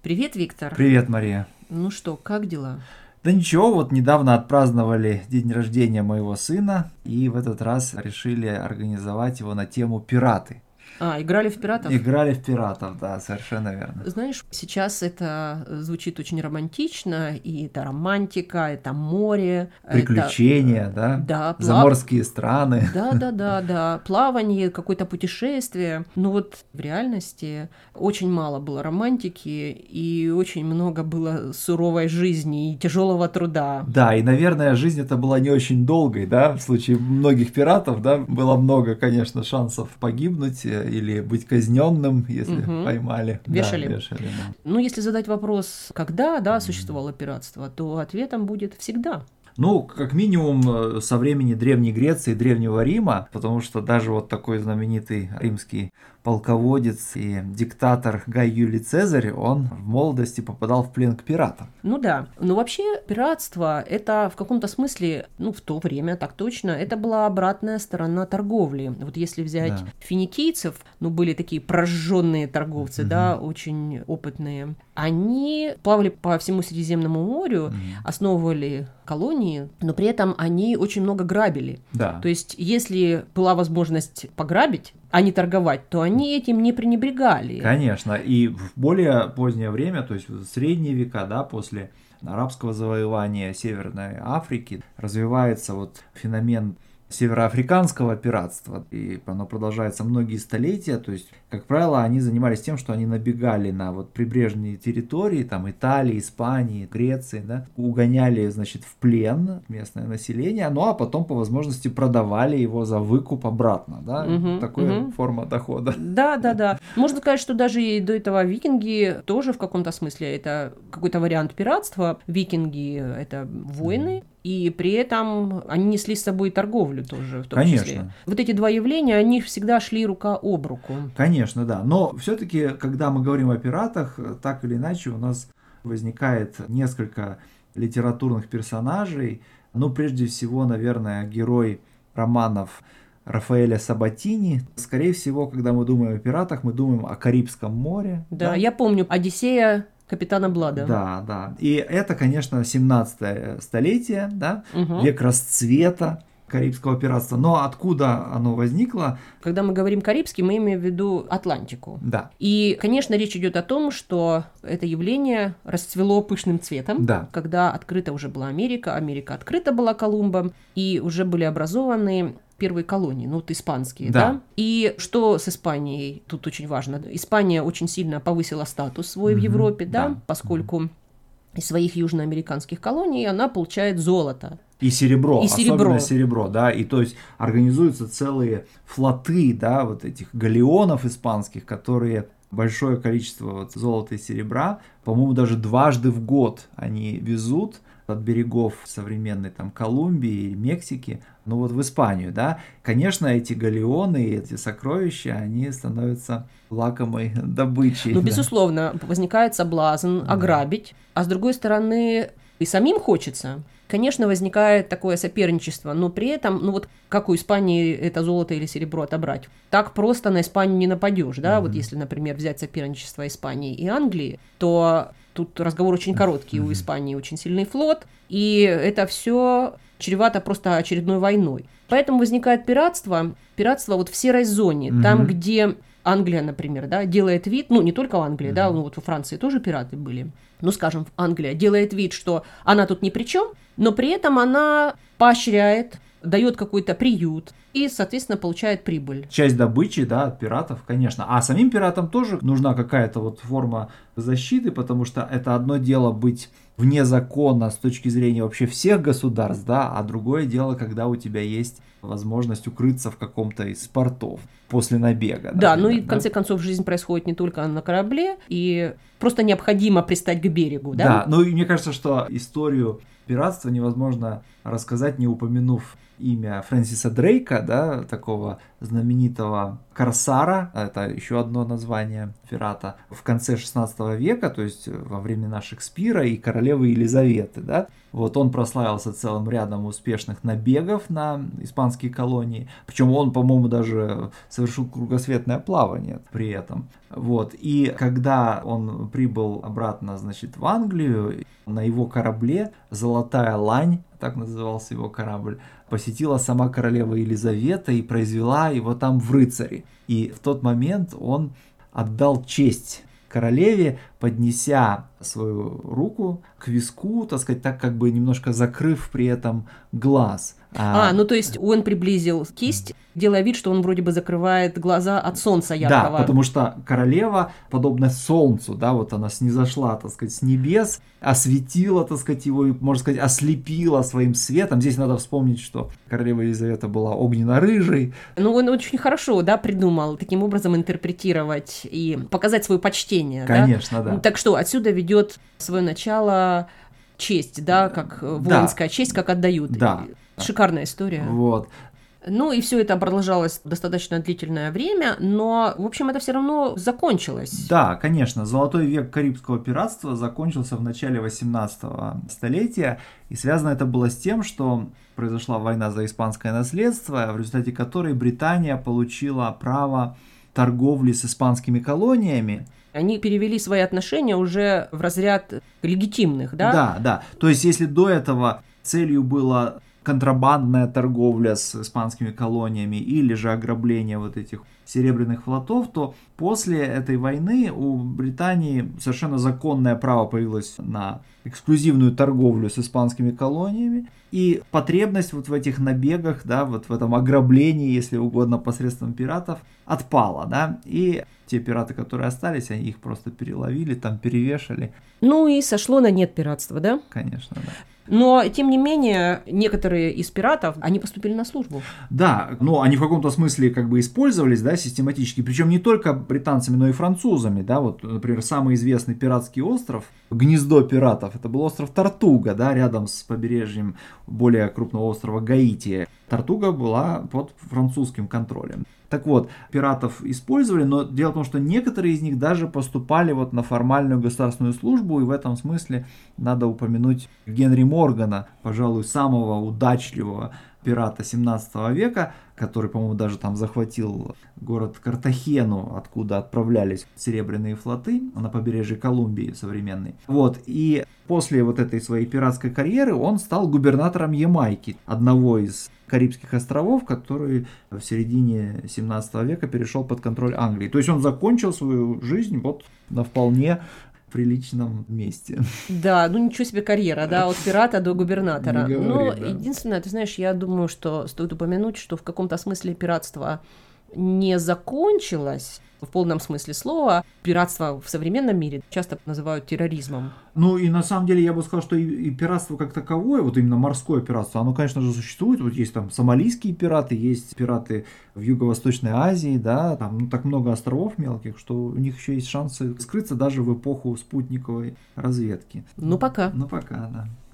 Привет, Виктор. Привет, Мария. Ну что, как дела? Да ничего, вот недавно отпраздновали день рождения моего сына, и в этот раз решили организовать его на тему «Пираты». Играли в пиратов? Играли в пиратов, да, совершенно верно. Знаешь, сейчас это звучит очень романтично, и это романтика, это море. Приключения, это... да? Заморские страны. Да. Плавание, какое-то путешествие. Но вот в реальности очень мало было романтики, и очень много было суровой жизни и тяжелого труда. Да, и, наверное, жизнь эта была не очень долгой, да? В случае многих пиратов, да, было много, конечно, шансов погибнуть или быть казненным, если поймали. Вешали. Да, вешали, да. Ну, если задать вопрос, когда, существовало пиратство, то ответом будет всегда. Ну, как минимум, со времени Древней Греции и Древнего Рима, потому что даже вот такой знаменитый римский полководец и диктатор Гай Юлий Цезарь, он в молодости попадал в плен к пиратам. Ну да, но вообще пиратство – это в каком-то смысле, в то время, так точно, это была обратная сторона торговли. Вот если взять финикийцев, были такие прожженные торговцы, да, очень опытные, они плавали по всему Средиземному морю, основывали колонии, но при этом они очень много грабили. Да. То есть, если была возможность пограбить, а не торговать, то они этим не пренебрегали. Конечно, и в более позднее время, то есть в средние века, да, после арабского завоевания Северной Африки, развивается вот феномен североафриканского пиратства, и оно продолжается многие столетия. То есть, как правило, они занимались тем, что они набегали на вот прибрежные территории, там Италии, Испании, Греции, да, угоняли, значит, в плен местное население, ну а потом по возможности продавали его за выкуп обратно, да, такая форма дохода. Да. Можно сказать, что даже и до этого викинги тоже в каком-то смысле это какой-то вариант пиратства. Викинги — это воины, и при этом они несли с собой торговлю тоже, в том числе. Вот эти два явления, они всегда шли рука об руку. Конечно, да. Но все-таки, когда мы говорим о пиратах, так или иначе у нас возникает несколько литературных персонажей. Ну, прежде всего, наверное, герой романов Рафаэля Сабатини. Скорее всего, когда мы думаем о пиратах, мы думаем о Карибском море. Да, я помню «Одиссея» капитана Блада. Да. И это, конечно, 17 столетие, да, век расцвета карибского пиратства. Но откуда оно возникло? Когда мы говорим «карибский», мы имеем в виду Атлантику. Да. И, конечно, речь идет о том, что это явление расцвело пышным цветом, когда открыта уже была Америка открыта была Колумбом, и уже были образованы первые колонии, испанские, да? И что с Испанией тут очень важно? Испания очень сильно повысила статус свой в Европе, да, поскольку из своих южноамериканских колоний она получает золото. И серебро, особенно серебро, да, и то есть организуются целые флоты, да, вот этих галеонов испанских, которые большое количество вот золота и серебра, по-моему, даже дважды в год они везут от берегов современной там Колумбии и Мексики, в Испанию, да. Конечно, эти галеоны и эти сокровища, они становятся лакомой добычей. Безусловно, возникает соблазн ограбить, а с другой стороны и самим хочется. Конечно, возникает такое соперничество, но при этом, как у Испании это золото или серебро отобрать? Так просто на Испанию не нападешь, да? Вот если, например, взять соперничество Испании и Англии, то тут разговор очень короткий. У Испании очень сильный флот, и это все чревато просто очередной войной. Поэтому возникает пиратство в серой зоне, там, где Англия, например, да, делает вид, не только в Англии, да, во Франции тоже пираты были, скажем, Англия делает вид, что она тут ни при чем, но при этом она поощряет, дает какой-то приют и, соответственно, получает прибыль. Часть добычи, да, от пиратов, конечно. А самим пиратам тоже нужна какая-то форма защиты, потому что это одно дело быть вне закона с точки зрения вообще всех государств, да, а другое дело, когда у тебя есть возможность укрыться в каком-то из портов после набега. Да, например, и в конце концов жизнь происходит не только на корабле, и просто необходимо пристать к берегу, да? Да, и мне кажется, что историю пиратства невозможно рассказать, не упомянув имя Фрэнсиса Дрейка, да, такого знаменитого корсара, это еще одно название пирата, в конце 16 века, то есть во времена Шекспира и королевы Елизаветы, да. Вот он прославился целым рядом успешных набегов на испанские колонии, причем он, по-моему, даже совершил кругосветное плавание при этом. Вот. И когда он прибыл обратно, значит, в Англию, на его корабле «Золотая лань», так назывался его корабль, посетила сама королева Елизавета и произвела его там в рыцари. И в тот момент он отдал честь королеве, поднеся свою руку к виску, так сказать, так как бы немножко закрыв при этом глаз. Ну то есть он приблизил кисть, делая вид, что он вроде бы закрывает глаза от солнца яркого. Да, потому что королева, подобно солнцу, да, вот она снизошла, так сказать, с небес, осветила, так сказать, его, можно сказать, ослепила своим светом. Здесь надо вспомнить, что королева Елизавета была огненно-рыжей. Ну, он очень хорошо, да, придумал таким образом интерпретировать и показать свое почтение. Конечно, да. Так что отсюда ведет свое начало честь, да, как воинская честь, как отдают. Да. Шикарная история. Вот. Ну и все это продолжалось достаточно длительное время, но, в общем, это все равно закончилось. Да, конечно, золотой век карибского пиратства закончился в начале 18 столетия, и связано это было с тем, что произошла война за испанское наследство, в результате которой Британия получила право торговли с испанскими колониями. Они перевели свои отношения уже в разряд легитимных, да? Да, да. То есть, если до этого целью была контрабандная торговля с испанскими колониями или же ограбление вот этих серебряных флотов, то после этой войны у Британии совершенно законное право появилось на эксклюзивную торговлю с испанскими колониями, и потребность вот в этих набегах, да, вот в этом ограблении, если угодно, посредством пиратов отпала, да, и те пираты, которые остались, они их просто переловили, там перевешали. Ну и сошло на нет пиратство, да? Конечно, да. Но, тем не менее, некоторые из пиратов, они поступили на службу. Да, но они в каком-то смысле как бы использовались, да, систематически, причем не только британцами, но и французами, да, вот, например, самый известный пиратский остров, гнездо пиратов, это был остров Тортуга, да, рядом с побережьем более крупного острова Гаити. Тортуга была под французским контролем. Так вот, пиратов использовали, но дело в том, что некоторые из них даже поступали вот на формальную государственную службу, и в этом смысле надо упомянуть Генри Моргана, пожалуй, самого удачливого пирата 17 века, который, по-моему, даже там захватил город Картахену, откуда отправлялись серебряные флоты на побережье Колумбии современной. Вот, и после вот этой своей пиратской карьеры он стал губернатором Ямайки, одного из Карибских островов, который в середине 17 века перешел под контроль Англии. То есть он закончил свою жизнь вот на вполне приличном месте. Да, ну ничего себе карьера, да, от пирата до губернатора. Не говори, Но да. единственное, ты знаешь, я думаю, что стоит упомянуть, что в каком-то смысле пиратство не закончилось, в полном смысле слова. Пиратство в современном мире часто называют терроризмом. Ну и на самом деле я бы сказал, что и пиратство как таковое, вот именно морское пиратство, оно, конечно же, существует. Вот есть там сомалийские пираты, есть пираты в Юго-Восточной Азии, да, там так много островов мелких, что у них еще есть шансы скрыться даже в эпоху спутниковой разведки. Ну пока. Ну пока, да.